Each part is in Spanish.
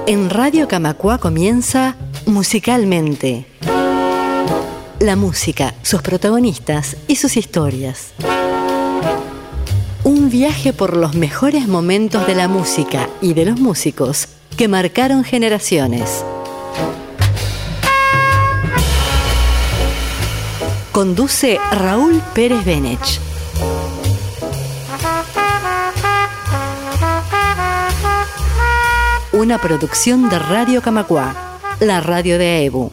En Radio Camacuá comienza Musicalmente. La música, sus protagonistas y sus historias. Un viaje por los mejores momentos de la música y de los músicos que marcaron generaciones. Conduce Raúl Pérez Benech. Una producción de Radio Camacuá, la radio de AEBU.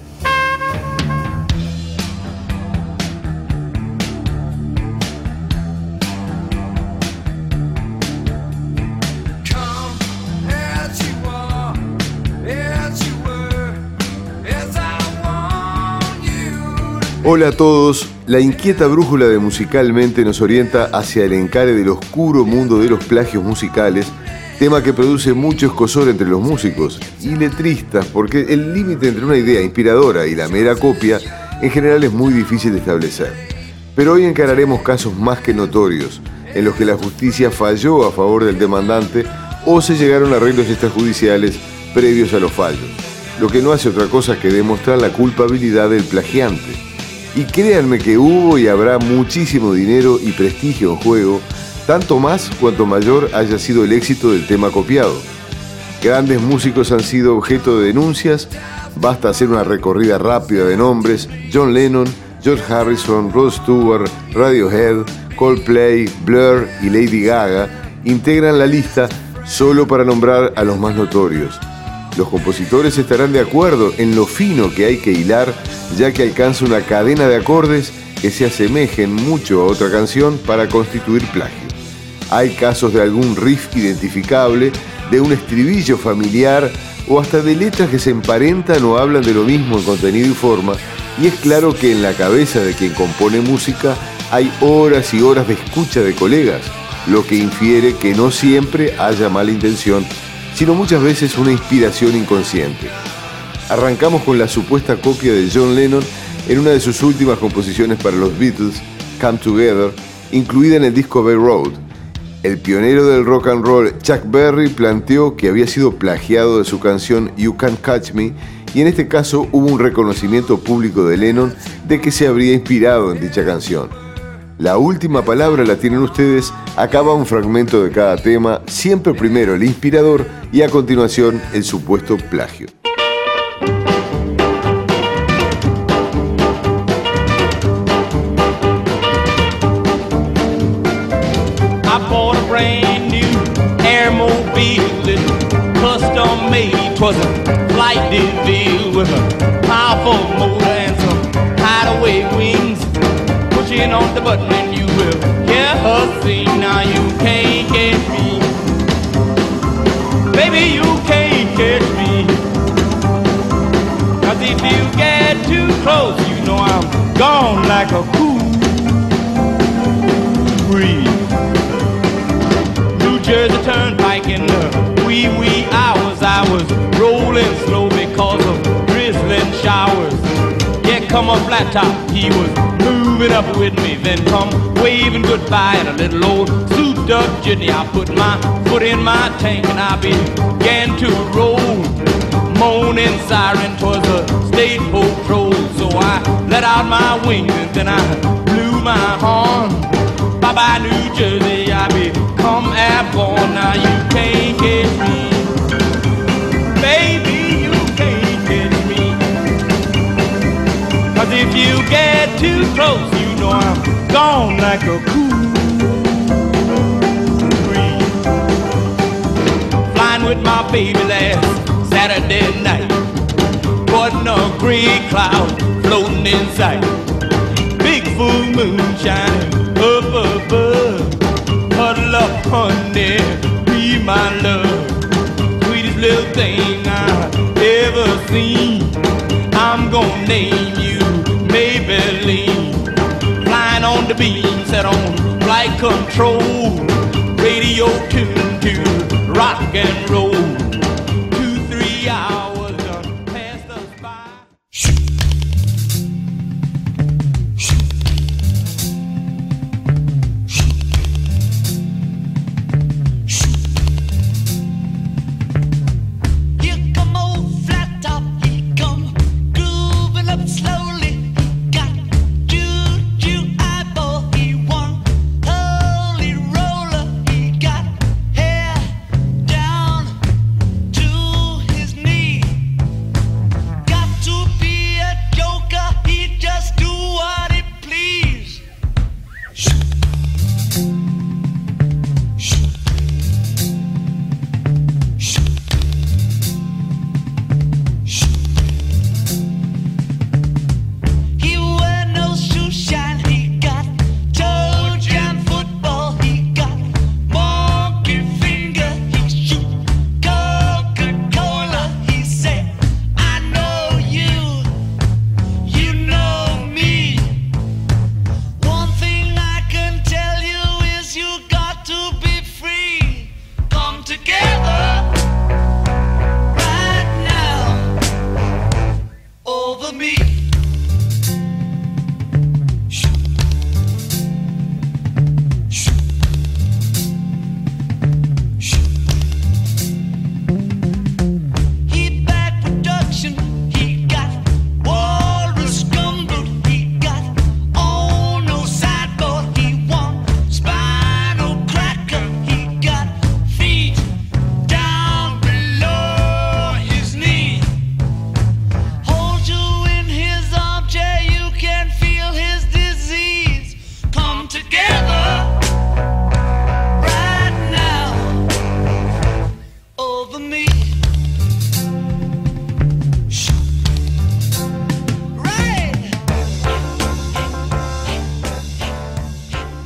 Hola a todos, la inquieta brújula de Musicalmente nos orienta hacia el encare del oscuro mundo de los plagios musicales, tema que produce mucho escozor entre los músicos y letristas, porque el límite entre una idea inspiradora y la mera copia en general es muy difícil de establecer. Pero hoy encararemos casos más que notorios, en los que la justicia falló a favor del demandante o se llegaron a arreglos extrajudiciales previos a los fallos, lo que no hace otra cosa que demostrar la culpabilidad del plagiante. Y créanme que hubo y habrá muchísimo dinero y prestigio en juego, tanto más cuanto mayor haya sido el éxito del tema copiado. Grandes músicos han sido objeto de denuncias, basta hacer una recorrida rápida de nombres: John Lennon, George Harrison, Rod Stewart, Radiohead, Coldplay, Blur y Lady Gaga integran la lista solo para nombrar a los más notorios. Los compositores estarán de acuerdo en lo fino que hay que hilar, ya que alcanza una cadena de acordes que se asemejen mucho a otra canción para constituir plagio. Hay casos de algún riff identificable, de un estribillo familiar o hasta de letras que se emparentan o hablan de lo mismo en contenido y forma, y es claro que en la cabeza de quien compone música hay horas y horas de escucha de colegas, lo que infiere que no siempre haya mala intención, sino muchas veces una inspiración inconsciente. Arrancamos con la supuesta copia de John Lennon en una de sus últimas composiciones para los Beatles, Come Together, incluida en el disco Abbey Road. El pionero del rock and roll, Chuck Berry, planteó que había sido plagiado de su canción You Can't Catch Me, y en este caso hubo un reconocimiento público de Lennon de que se habría inspirado en dicha canción. La última palabra la tienen ustedes, acaba un fragmento de cada tema, siempre primero el inspirador y a continuación el supuesto plagio. I bought a brand new airmobile, custom made, 'twas a flight DeVille with a powerful motor and some hideaway wings. Pushing on the button and you will hear her sing. Now you can't catch me, baby, you can't catch me. 'Cause if you get too close, you know I'm gone like a cool breeze. New Jersey Turnpike in the wee hours, I was rolling slow because of drizzling showers. Yeah, come on flat top, he was moving up with me, then come waving goodbye in a little old souped up jitney. I put my foot in my tank and I began to roll. Moaning siren, 'twas a state patrol. So I let out my wings and then I blew my horn. Bye-bye New Jersey, I become airborne. Now you can't catch me, baby, you can't catch me. 'Cause if you get too close, you know I'm gone like a cool breeze. Flying with my baby last Saturday night, wasn't a gray cloud floating in sight. Big full moon shining up above. Huddle up, honey, be my love. Sweetest little thing I've ever seen. I'm gonna name you Maybelline. Flying on the beam, set on flight control. Radio tuned to rock and roll. 2-3 hours done passed us by. Here come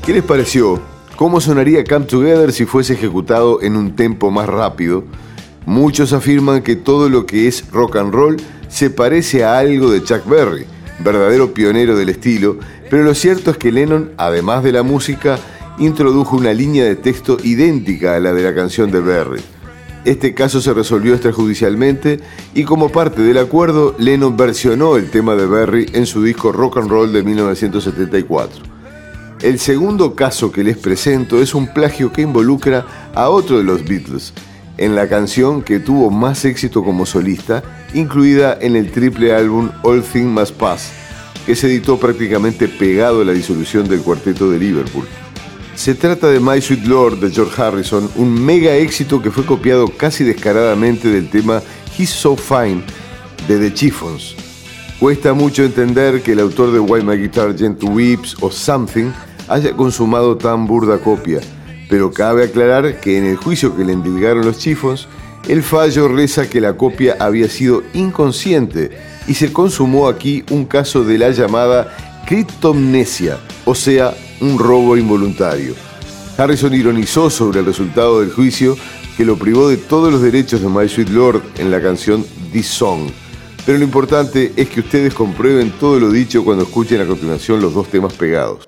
¿Qué les pareció? ¿Cómo sonaría Come Together si fuese ejecutado en un tempo más rápido? Muchos afirman que todo lo que es rock and roll se parece a algo de Chuck Berry, verdadero pionero del estilo, pero lo cierto es que Lennon, además de la música, introdujo una línea de texto idéntica a la de la canción de Berry. Este caso se resolvió extrajudicialmente y como parte del acuerdo, Lennon versionó el tema de Berry en su disco Rock and Roll de 1974. El segundo caso que les presento es un plagio que involucra a otro de los Beatles, en la canción que tuvo más éxito como solista, incluida en el triple álbum All Things Must Pass, que se editó prácticamente pegado a la disolución del cuarteto de Liverpool. Se trata de My Sweet Lord de George Harrison, un mega éxito que fue copiado casi descaradamente del tema He's So Fine de The Chiffons. Cuesta mucho entender que el autor de Why My Guitar Gently Weeps o Something haya consumado tan burda copia, pero cabe aclarar que en el juicio que le endilgaron los Chiffons, el fallo reza que la copia había sido inconsciente y se consumó aquí un caso de la llamada criptomnesia, o sea, un robo involuntario. Harrison ironizó sobre el resultado del juicio que lo privó de todos los derechos de My Sweet Lord en la canción This Song. Pero lo importante es que ustedes comprueben todo lo dicho cuando escuchen a continuación los dos temas pegados.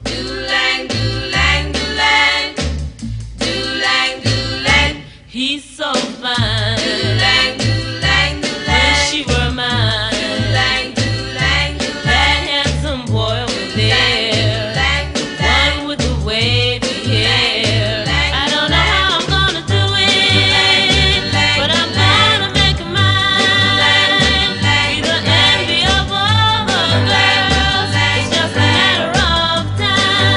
He's so fine. Wish she were mine. That handsome boy over there, one with the wavy hair. I don't know how I'm gonna do it, but I'm gonna make him mine. Be the envy of all the girls. It's just a matter of time.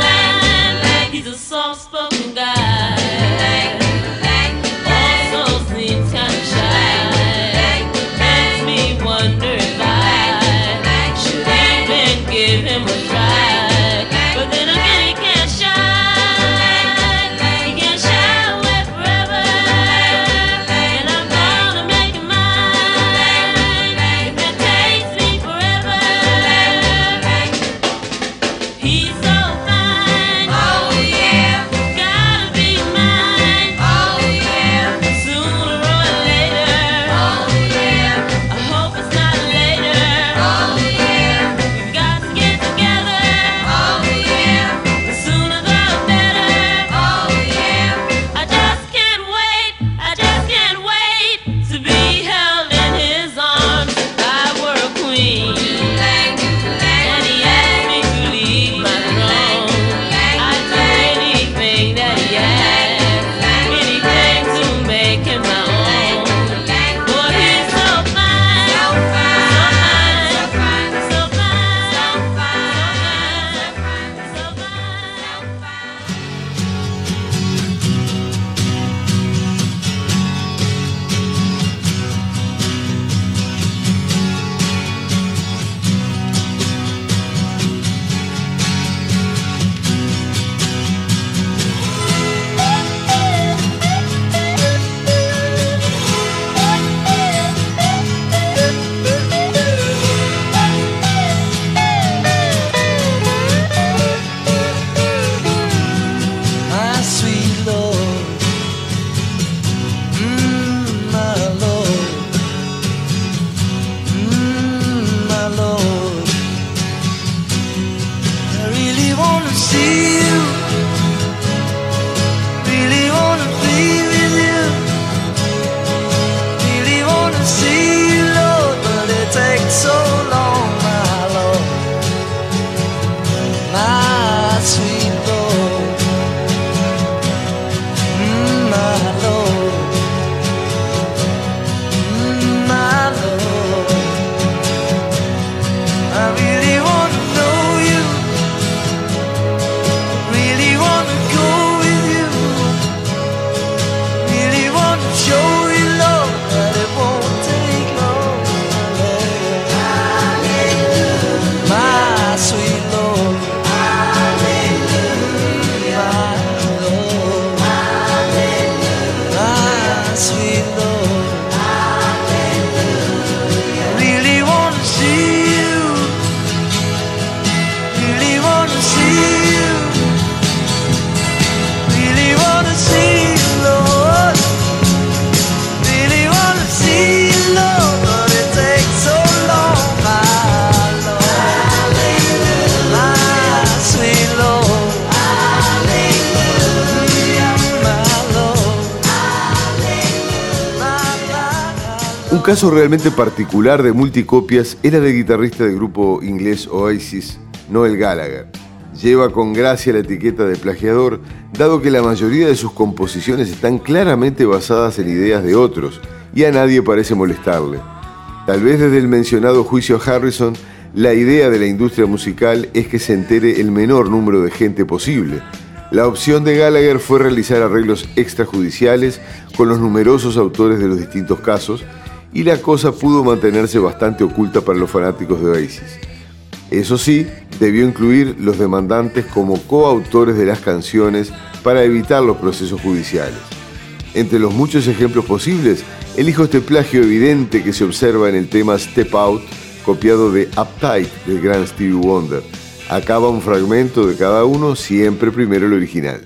Un caso realmente particular de multicopias era del guitarrista del grupo inglés Oasis, Noel Gallagher. Lleva con gracia la etiqueta de plagiador, dado que la mayoría de sus composiciones están claramente basadas en ideas de otros, y a nadie parece molestarle. Tal vez desde el mencionado juicio a Harrison, la idea de la industria musical es que se entere el menor número de gente posible. La opción de Gallagher fue realizar arreglos extrajudiciales con los numerosos autores de los distintos casos, y la cosa pudo mantenerse bastante oculta para los fanáticos de Oasis. Eso sí, debió incluir los demandantes como coautores de las canciones para evitar los procesos judiciales. Entre los muchos ejemplos posibles, elijo este plagio evidente que se observa en el tema Step Out, copiado de Uptight del gran Stevie Wonder. Acá va un fragmento de cada uno, siempre primero el original.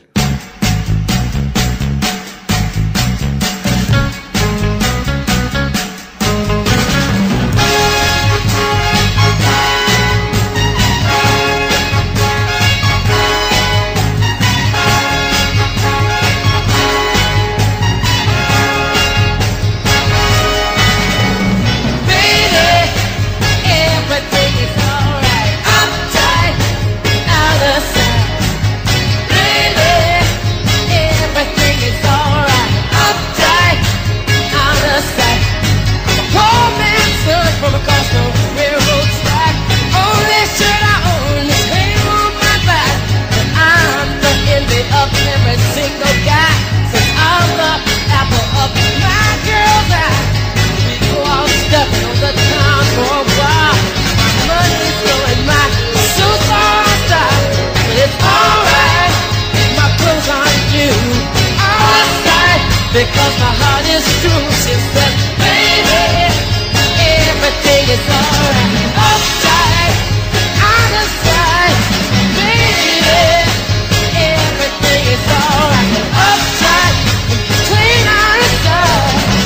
Because my heart is true, she said, baby, everything is alright. Upside, out of sight, baby, everything is alright. Upside, clean out of sight.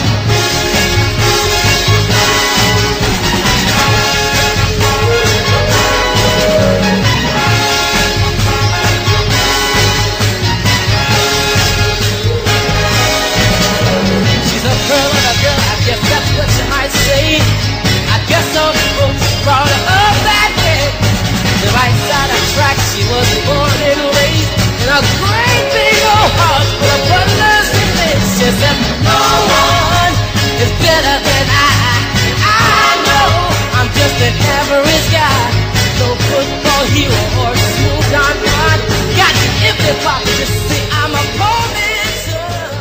She was born and raised in a great big old house full of brothers and sisters. She said, no one is better than I know I'm just an average guy, no football hero or smooth down rod. Got empty pockets, just see I'm a poor man's son.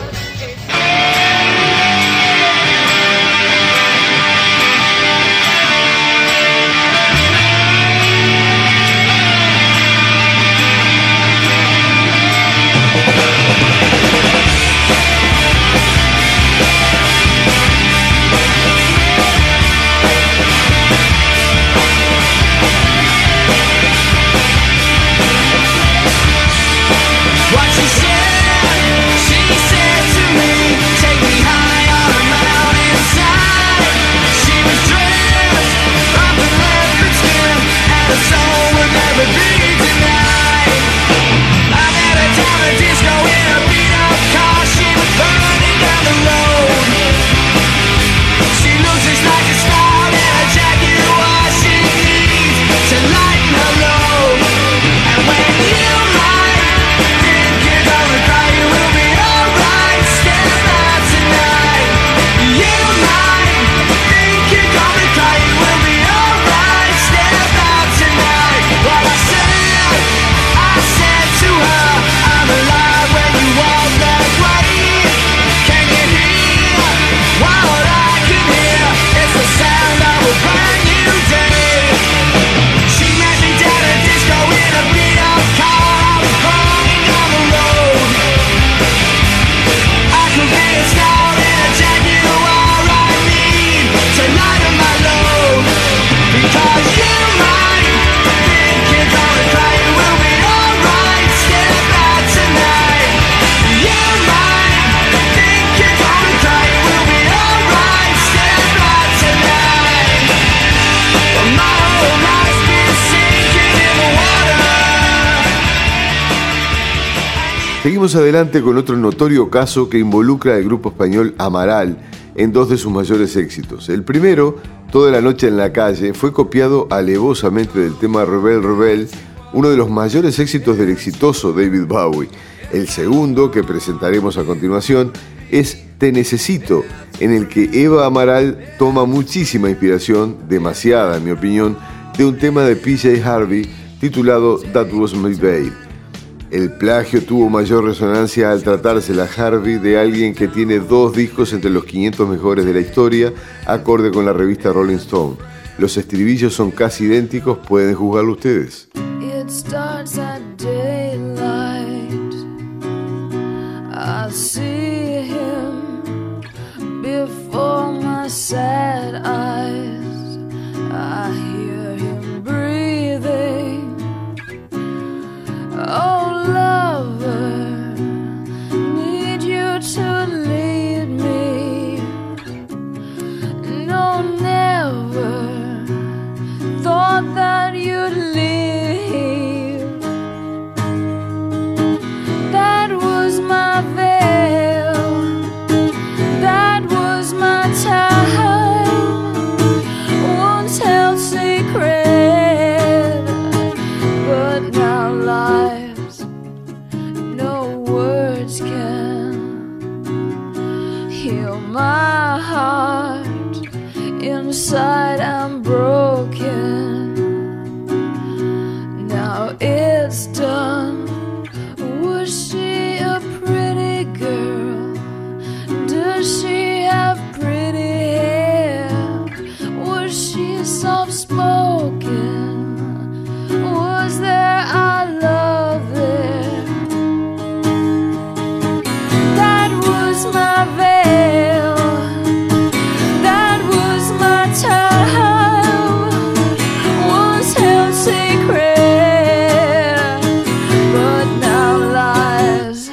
Seguimos adelante con otro notorio caso que involucra al grupo español Amaral en dos de sus mayores éxitos. El primero, Toda la noche en la calle, fue copiado alevosamente del tema Rebel Rebel, uno de los mayores éxitos del exitoso David Bowie. El segundo, que presentaremos a continuación, es Te Necesito, en el que Eva Amaral toma muchísima inspiración, demasiada en mi opinión, de un tema de PJ Harvey titulado That Was My Babe. El plagio tuvo mayor resonancia al tratarse la Harvey de alguien que tiene 2 discos entre los 500 mejores de la historia, acorde con la revista Rolling Stone. Los estribillos son casi idénticos, pueden juzgarlo ustedes. It starts at daylight. I see him before my sad eyes. I hear him breathing. Oh, lover, need you to lead me. No, never thought that you'd leave. That was my veil. That was my time. Once held secret, but now lies no words can heal my heart. Inside I'm broken. Now it's done. Was she a pretty girl? Does she have pretty hair? Was she soft-spoken? Was there a love there? That was my veil. That was my time. Was held secret, but now lies.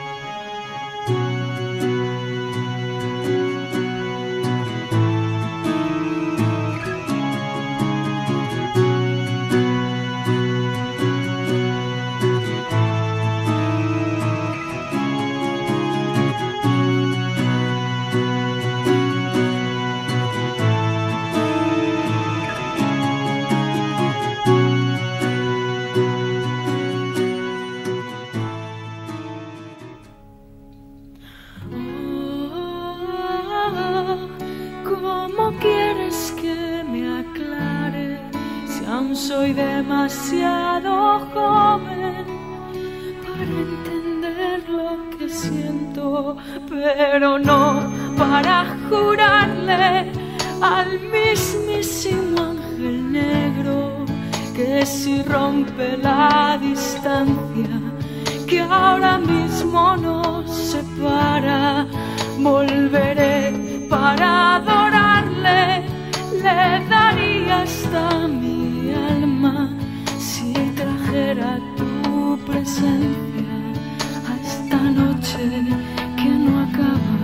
¿Cómo quieres que me aclare si aún soy demasiado joven para entender lo que siento, pero no para jurarle al mismísimo ángel negro que si rompe la distancia que ahora mismo nos separa, volveré para adorarle, le daría hasta mi alma si trajera tu presencia a esta noche que no acaba.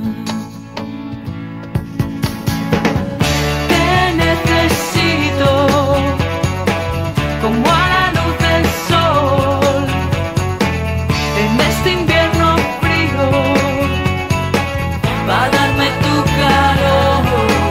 Te necesito como a la luz del sol en este invierno frío, para darme tu calor.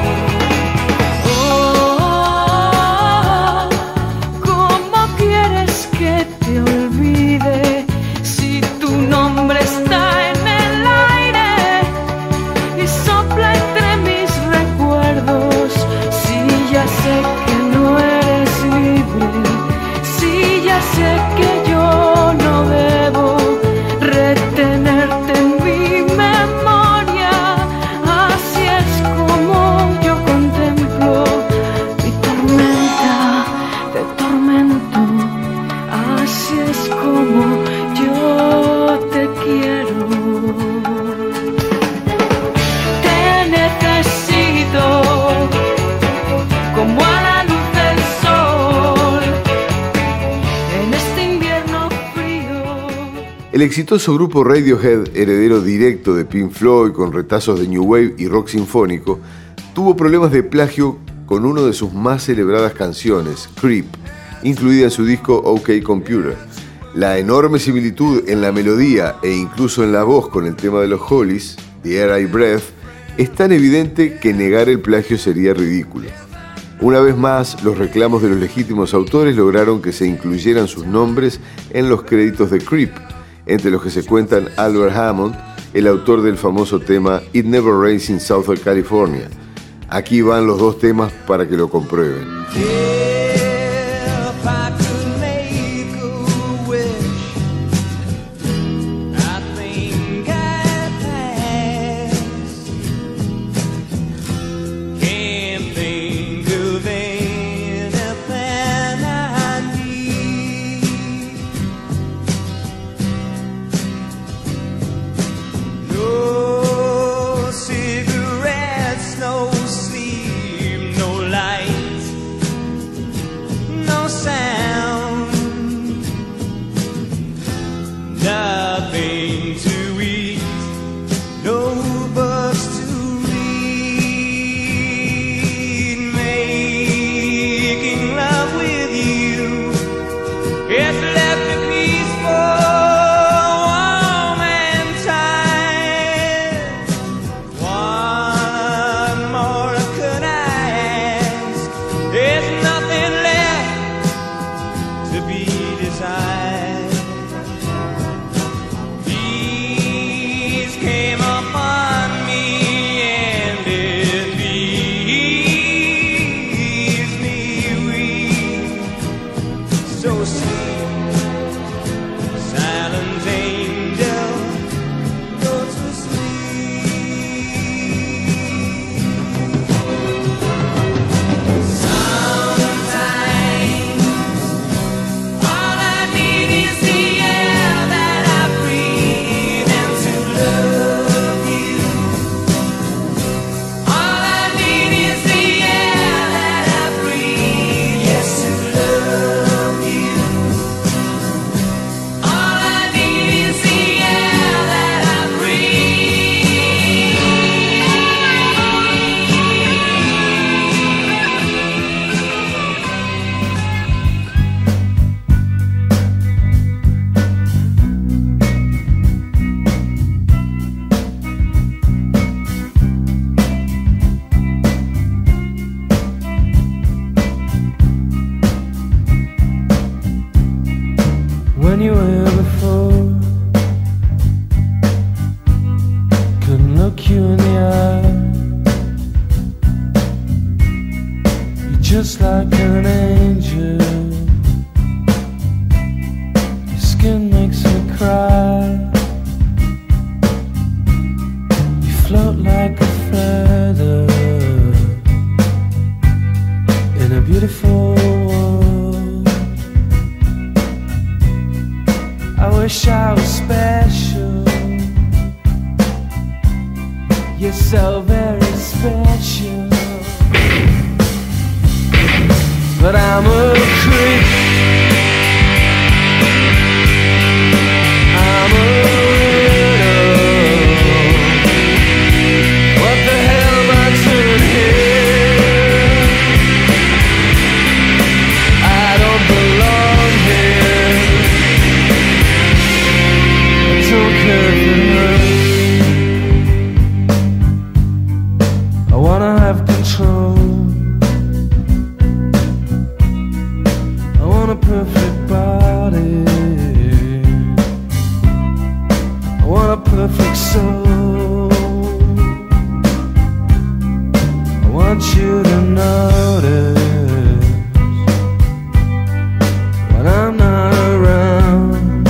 Oh, ¿cómo quieres que te olvide si tu nombre está en el aire y sopla entre mis recuerdos? Si ya sé que no eres libre, si ya sé que yo no debo retenerte en mi memoria, así es como yo contemplo mi tormenta de tormento, así es como yo te quiero. Te necesito como a la luz del sol en este invierno frío. El exitoso grupo Radiohead, heredero directo de Pink Floyd con retazos de New Wave y rock sinfónico, tuvo problemas de plagio con una de sus más celebradas canciones, Creep, incluida en su disco OK Computer. La enorme similitud en la melodía e incluso en la voz con el tema de los Hollies, The Air I Breathe, es tan evidente que negar el plagio sería ridículo. Una vez más, los reclamos de los legítimos autores lograron que se incluyeran sus nombres en los créditos de Creep, entre los que se cuentan Albert Hammond, el autor del famoso tema It Never Rains in Southern California. Aquí van los dos temas para que lo comprueben. Just like an angel, your skin makes me cry. You float like a feather in a beautiful world. I wish I was special. You're so very special. But I'm a creep. I'm a widow. What the hell am I doing here? I don't belong here. I don't care if it hurts. I wanna have control. A perfect body, I want a perfect soul. I want you to notice when I'm not around.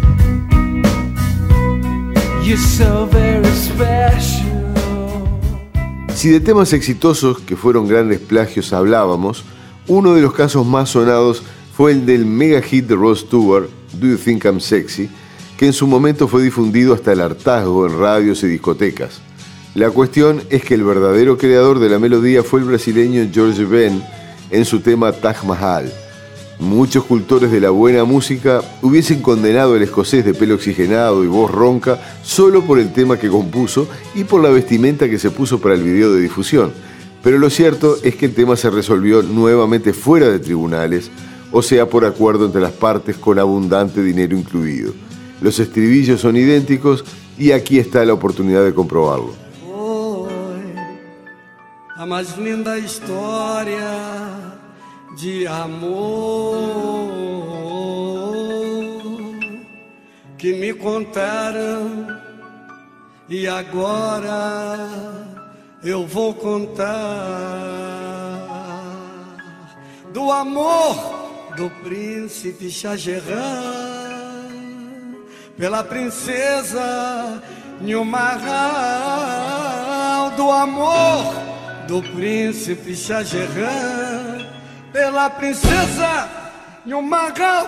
You're so very special. Si de temas exitosos que fueron grandes plagios hablábamos, uno de los casos más sonados fue el del mega hit de Rod Stewart, Do You Think I'm Sexy, que en su momento fue difundido hasta el hartazgo en radios y discotecas. La cuestión es que el verdadero creador de la melodía fue el brasileño Jorge Ben en su tema Taj Mahal. Muchos cultores de la buena música hubiesen condenado al escocés de pelo oxigenado y voz ronca solo por el tema que compuso y por la vestimenta que se puso para el video de difusión. Pero lo cierto es que el tema se resolvió nuevamente fuera de tribunales, o sea, por acuerdo entre las partes con abundante dinero incluido. Los estribillos son idénticos y aquí está la oportunidad de comprobarlo. Boy, a mais linda história de amor que me contaram e agora eu vou contar do amor do príncipe Shah Jahan pela princesa Nilmahal, do amor do príncipe Shah Jahan pela princesa Nilmahal.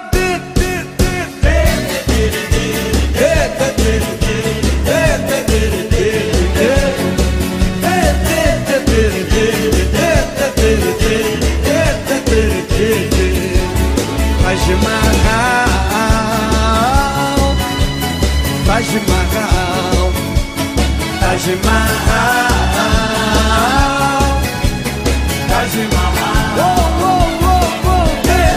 Taj Mahal, Taj Mahal, Taj Mahal, Taj Mahal. Oh, oh, oh, oh.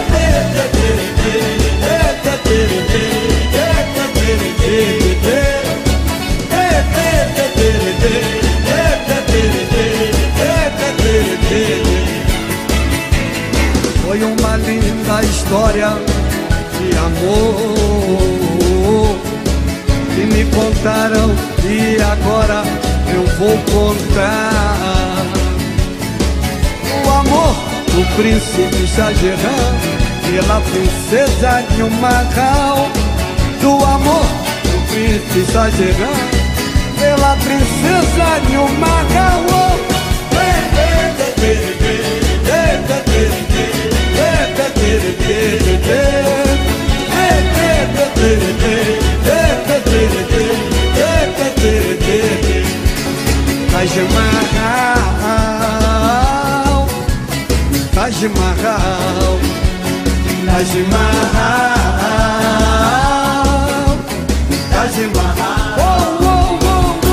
Foi uma linda história de amor que me contaram e agora eu vou contar. O amor do príncipe Shah Jahan pela princesa Nilmahal, do amor do príncipe Shah Jahan pela princesa Nilmahal. Taj Mahal, Taj Mahal, Taj Mahal, Taj Mahal. Oh, oh, oh, oh.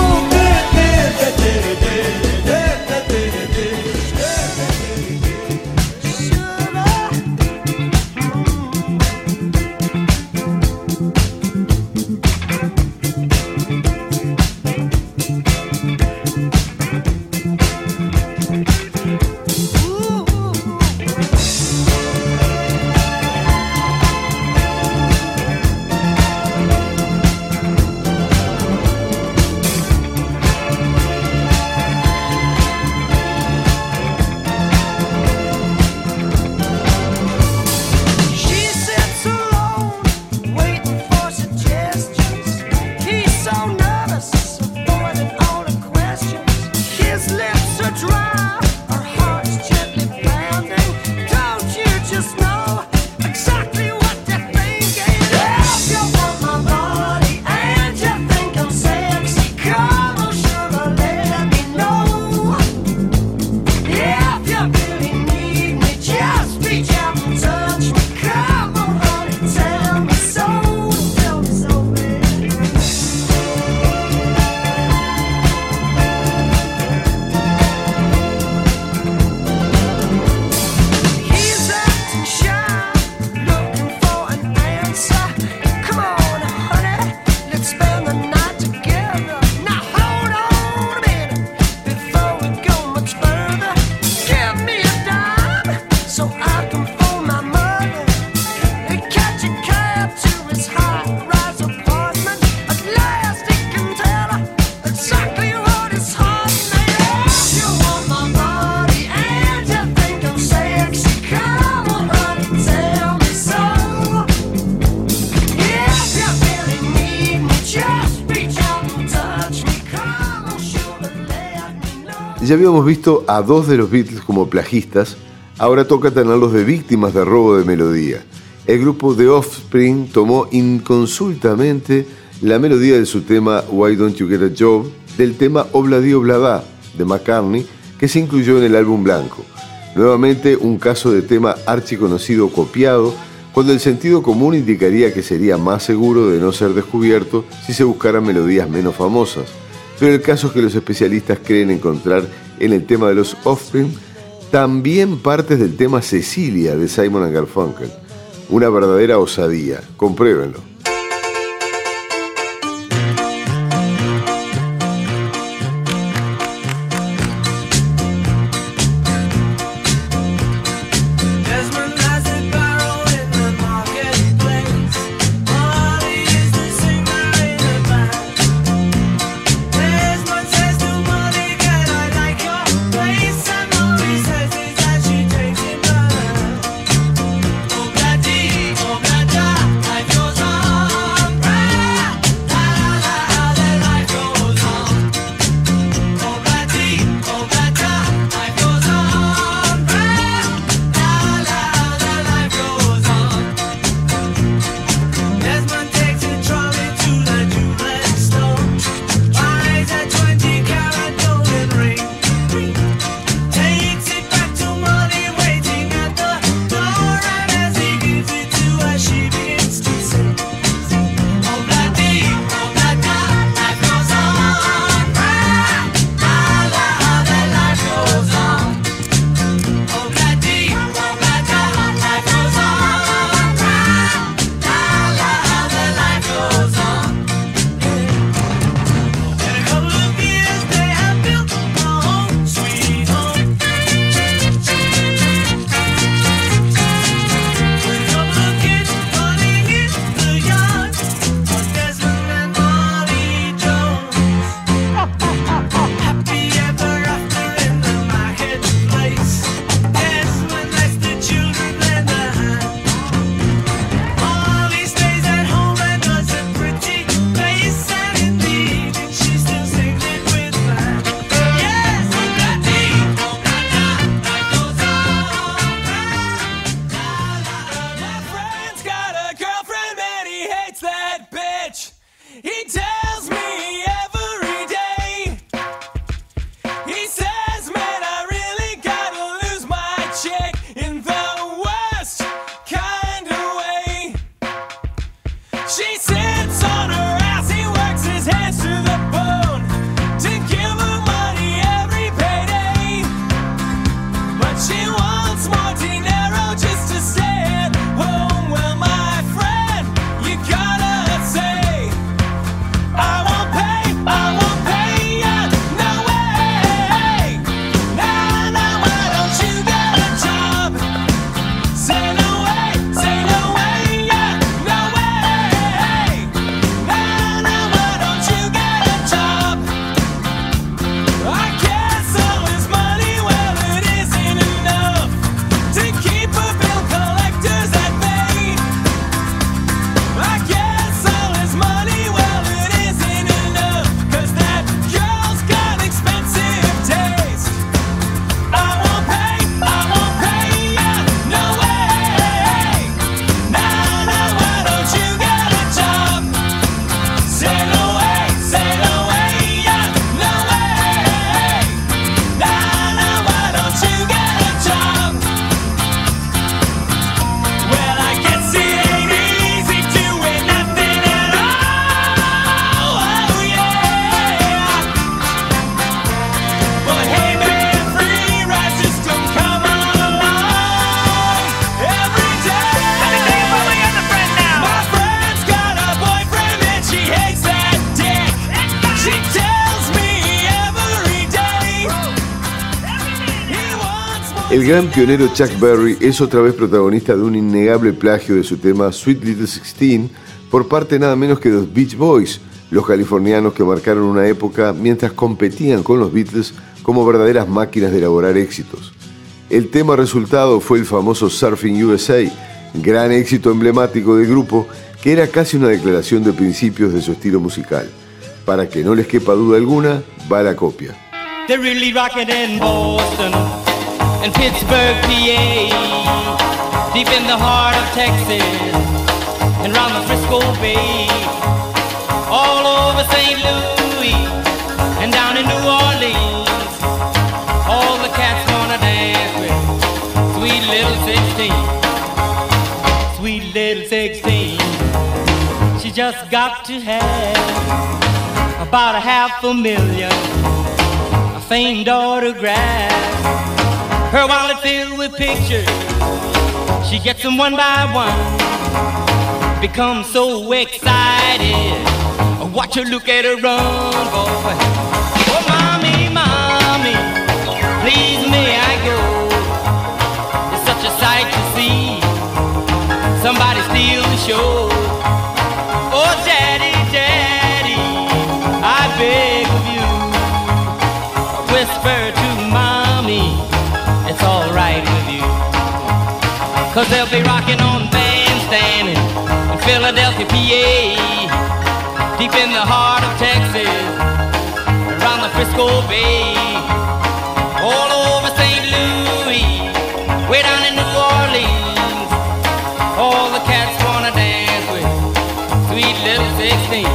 Ya habíamos visto a dos de los Beatles como plagistas, ahora toca tenerlos de víctimas de robo de melodía. El grupo The Offspring tomó inconsultamente la melodía de su tema Why Don't You Get a Job del tema Obladi Oblada de McCartney, que se incluyó en el álbum blanco. Nuevamente un caso de tema archiconocido copiado, cuando el sentido común indicaría que sería más seguro de no ser descubierto si se buscaran melodías menos famosas. Pero el caso es que los especialistas creen encontrar en el tema de los Offspring también partes del tema Cecilia de Simon & Garfunkel. Una verdadera osadía, compruébenlo. El gran pionero Chuck Berry es otra vez protagonista de un innegable plagio de su tema Sweet Little 16 por parte nada menos que de los Beach Boys, los californianos que marcaron una época mientras competían con los Beatles como verdaderas máquinas de elaborar éxitos. El tema resultado fue el famoso Surfing USA, gran éxito emblemático del grupo que era casi una declaración de principios de su estilo musical. Para que no les quepa duda alguna, va la copia. They're really rocking in Boston and Pittsburgh, PA, deep in the heart of Texas and round the Frisco Bay, all over St. Louis and down in New Orleans. All the cats wanna dance with sweet little 16, sweet little 16. She just got to have about 500,000 famed autographs. Her wallet filled with pictures, she gets them one by one. Becomes so excited, watch her look at her run, boy. Oh, mommy, mommy, please may I go? It's such a sight to see somebody steal the show. Oh, daddy, daddy, I beg of you, whisper to mommy, it's all right with you. 'Cause they'll be rocking on Bandstand in Philadelphia, PA, deep in the heart of Texas, around the Frisco Bay, all over St. Louis, way down in New Orleans. All the cats wanna dance with sweet little 16.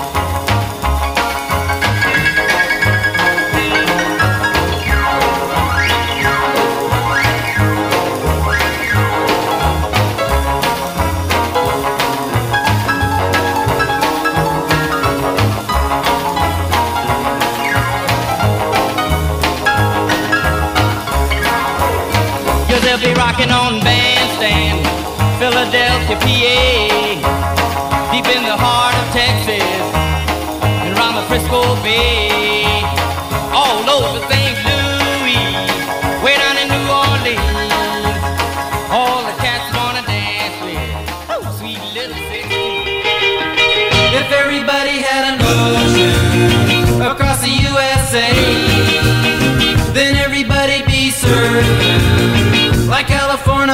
They'll be rocking on Bandstand, Philadelphia, PA, deep in the heart of Texas, and around the Frisco Bay, all over St. Louis, way down in New Orleans. All the cats wanna dance with sweet little 16. If everybody had an ocean across the USA, then everybody'd be served like California.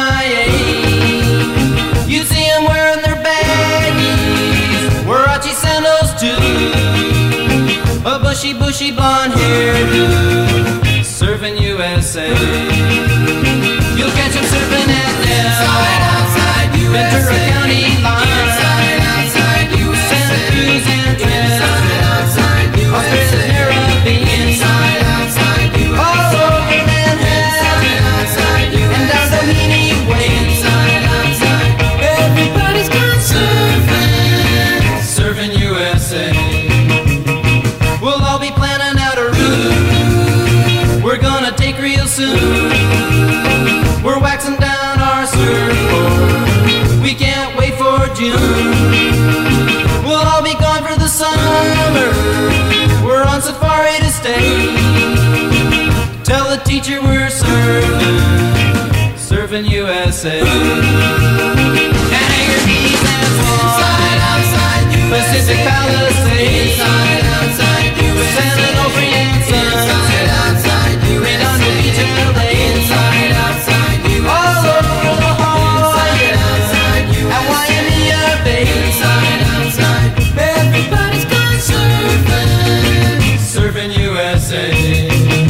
You see them wearing their baggies, Warachi sandals too, a bushy, bushy blonde hairdo, surfing USA. You'll catch them surfing at Inside, outside USA, Ventura County line, Inside, outside USA, Santa Cruz and Inside, outside USA, Australia, Caribbean, Inside, outside USA, all over Manhattan, outside USA, and down Doheny Way, Inside, outside, everybody's gone surfing, surfing USA. We'll all be planning out a route we're gonna take real soon. We're waxing down our surfboard, we can't wait for June. We'll all be gone for the summer, we're on safari to stay. Tell the teacher we're surfing, surfing USA. And Anchor Keys and Swan, Inside, outside USA, Pacific Palisades, Inside, outside USA, San Onofre and Sun, Inside, outside USA, Redondo Beach, LA, Inside, outside USA, all over Hawaii, Inside, outside USA, at Waimea Bay, Inside, outside, everybody's gone surfing, surfing USA.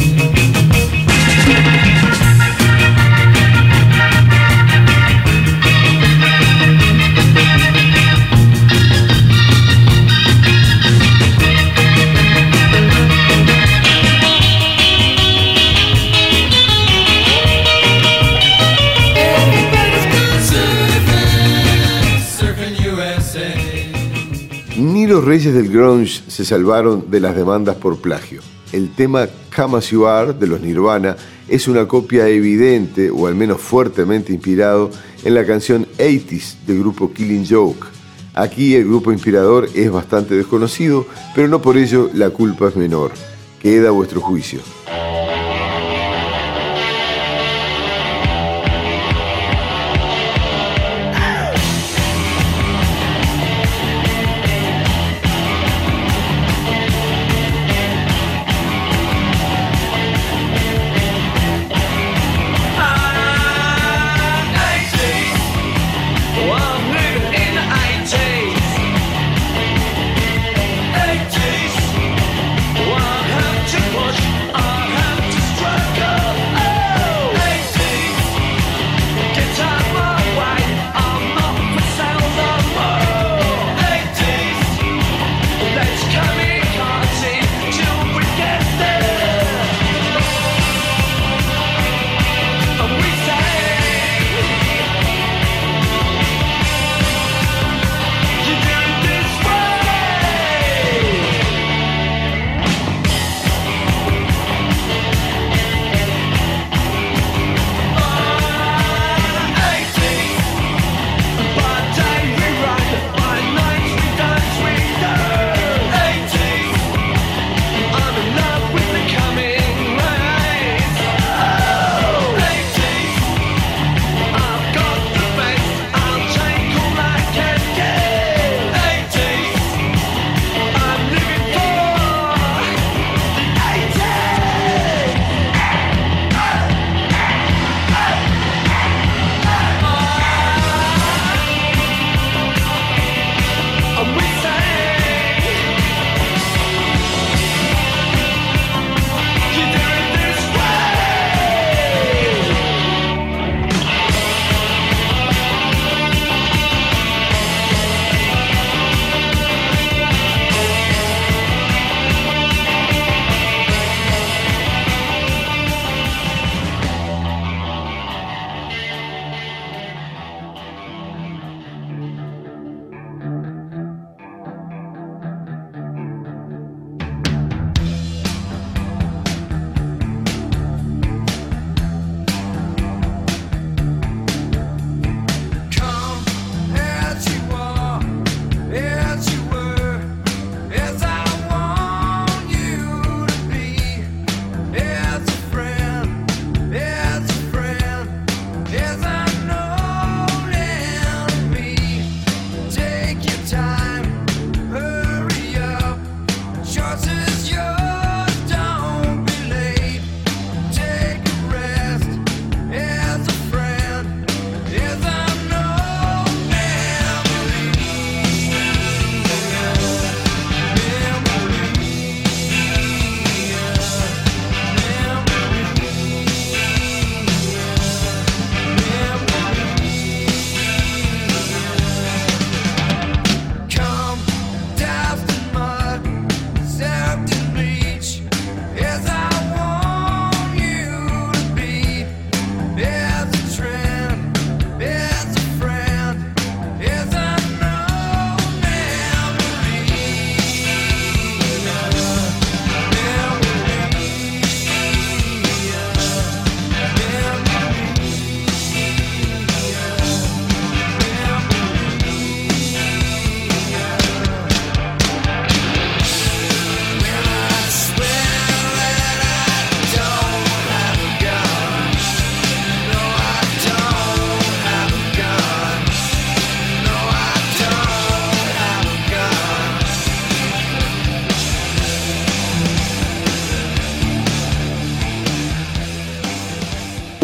Ni los reyes del grunge se salvaron de las demandas por plagio. El tema Come As You Are de los Nirvana es una copia evidente, o al menos fuertemente inspirado, en la canción 80s del grupo Killing Joke. Aquí el grupo inspirador es bastante desconocido, pero no por ello la culpa es menor. Queda a vuestro juicio.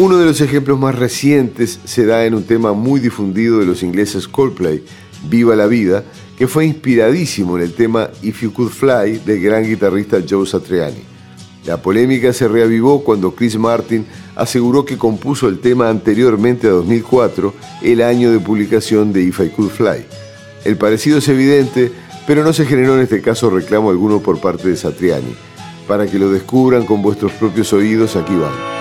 Uno de los ejemplos más recientes se da en un tema muy difundido de los ingleses Coldplay, Viva la Vida, que fue inspiradísimo en el tema If You Could Fly del gran guitarrista Joe Satriani. La polémica se reavivó cuando Chris Martin aseguró que compuso el tema anteriormente a 2004, el año de publicación de If I Could Fly. El parecido es evidente, pero no se generó en este caso reclamo alguno por parte de Satriani. Para que lo descubran con vuestros propios oídos, aquí van.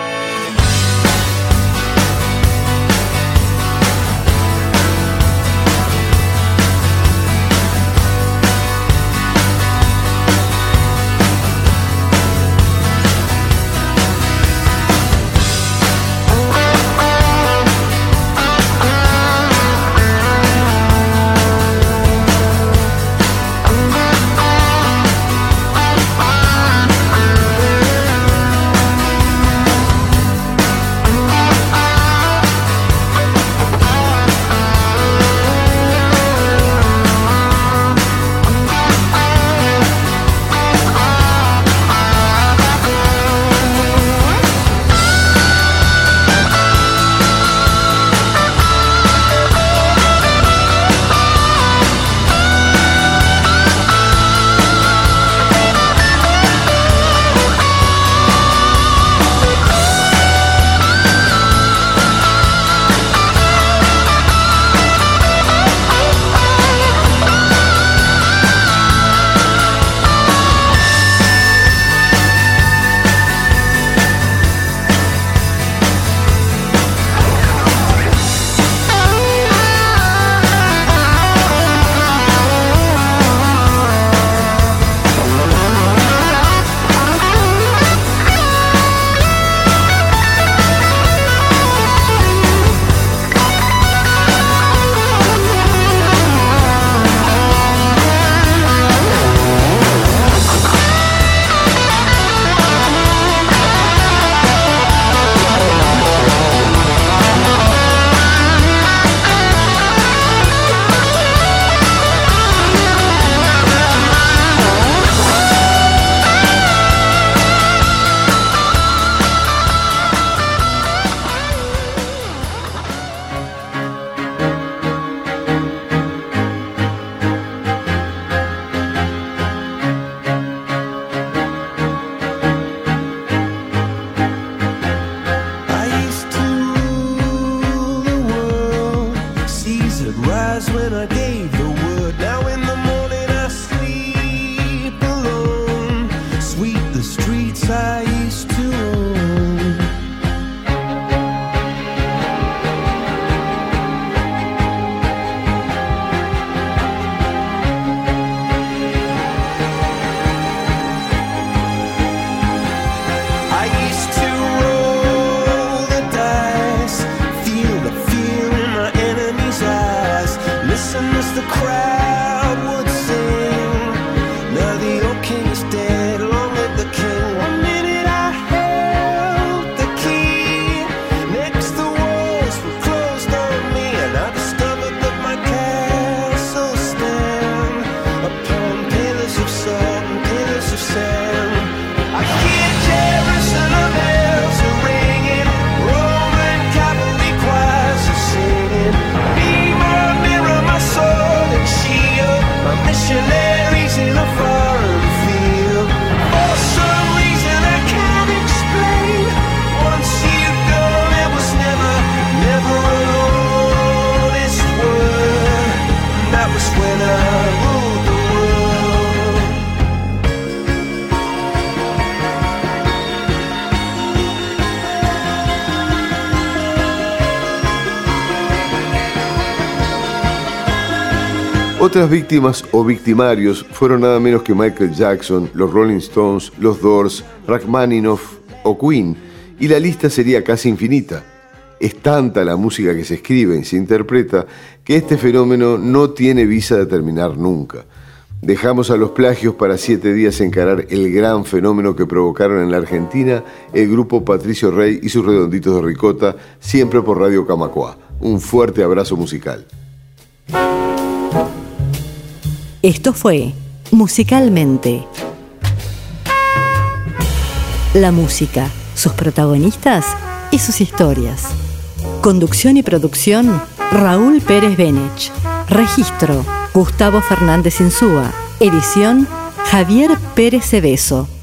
Otras víctimas o victimarios fueron nada menos que Michael Jackson, los Rolling Stones, los Doors, Rachmaninoff o Queen, y la lista sería casi infinita. Es tanta la música que se escribe y se interpreta que este fenómeno no tiene visa de terminar nunca. Dejamos a los plagios para 7 días encarar el gran fenómeno que provocaron en la Argentina el grupo Patricio Rey y sus Redonditos de Ricota, siempre por Radio Camacuá. Un fuerte abrazo musical. Esto fue Musicalmente. La música, sus protagonistas y sus historias. Conducción y producción, Raúl Pérez Benech. Registro, Gustavo Fernández Insúa. Edición, Javier Pérez Cebeso.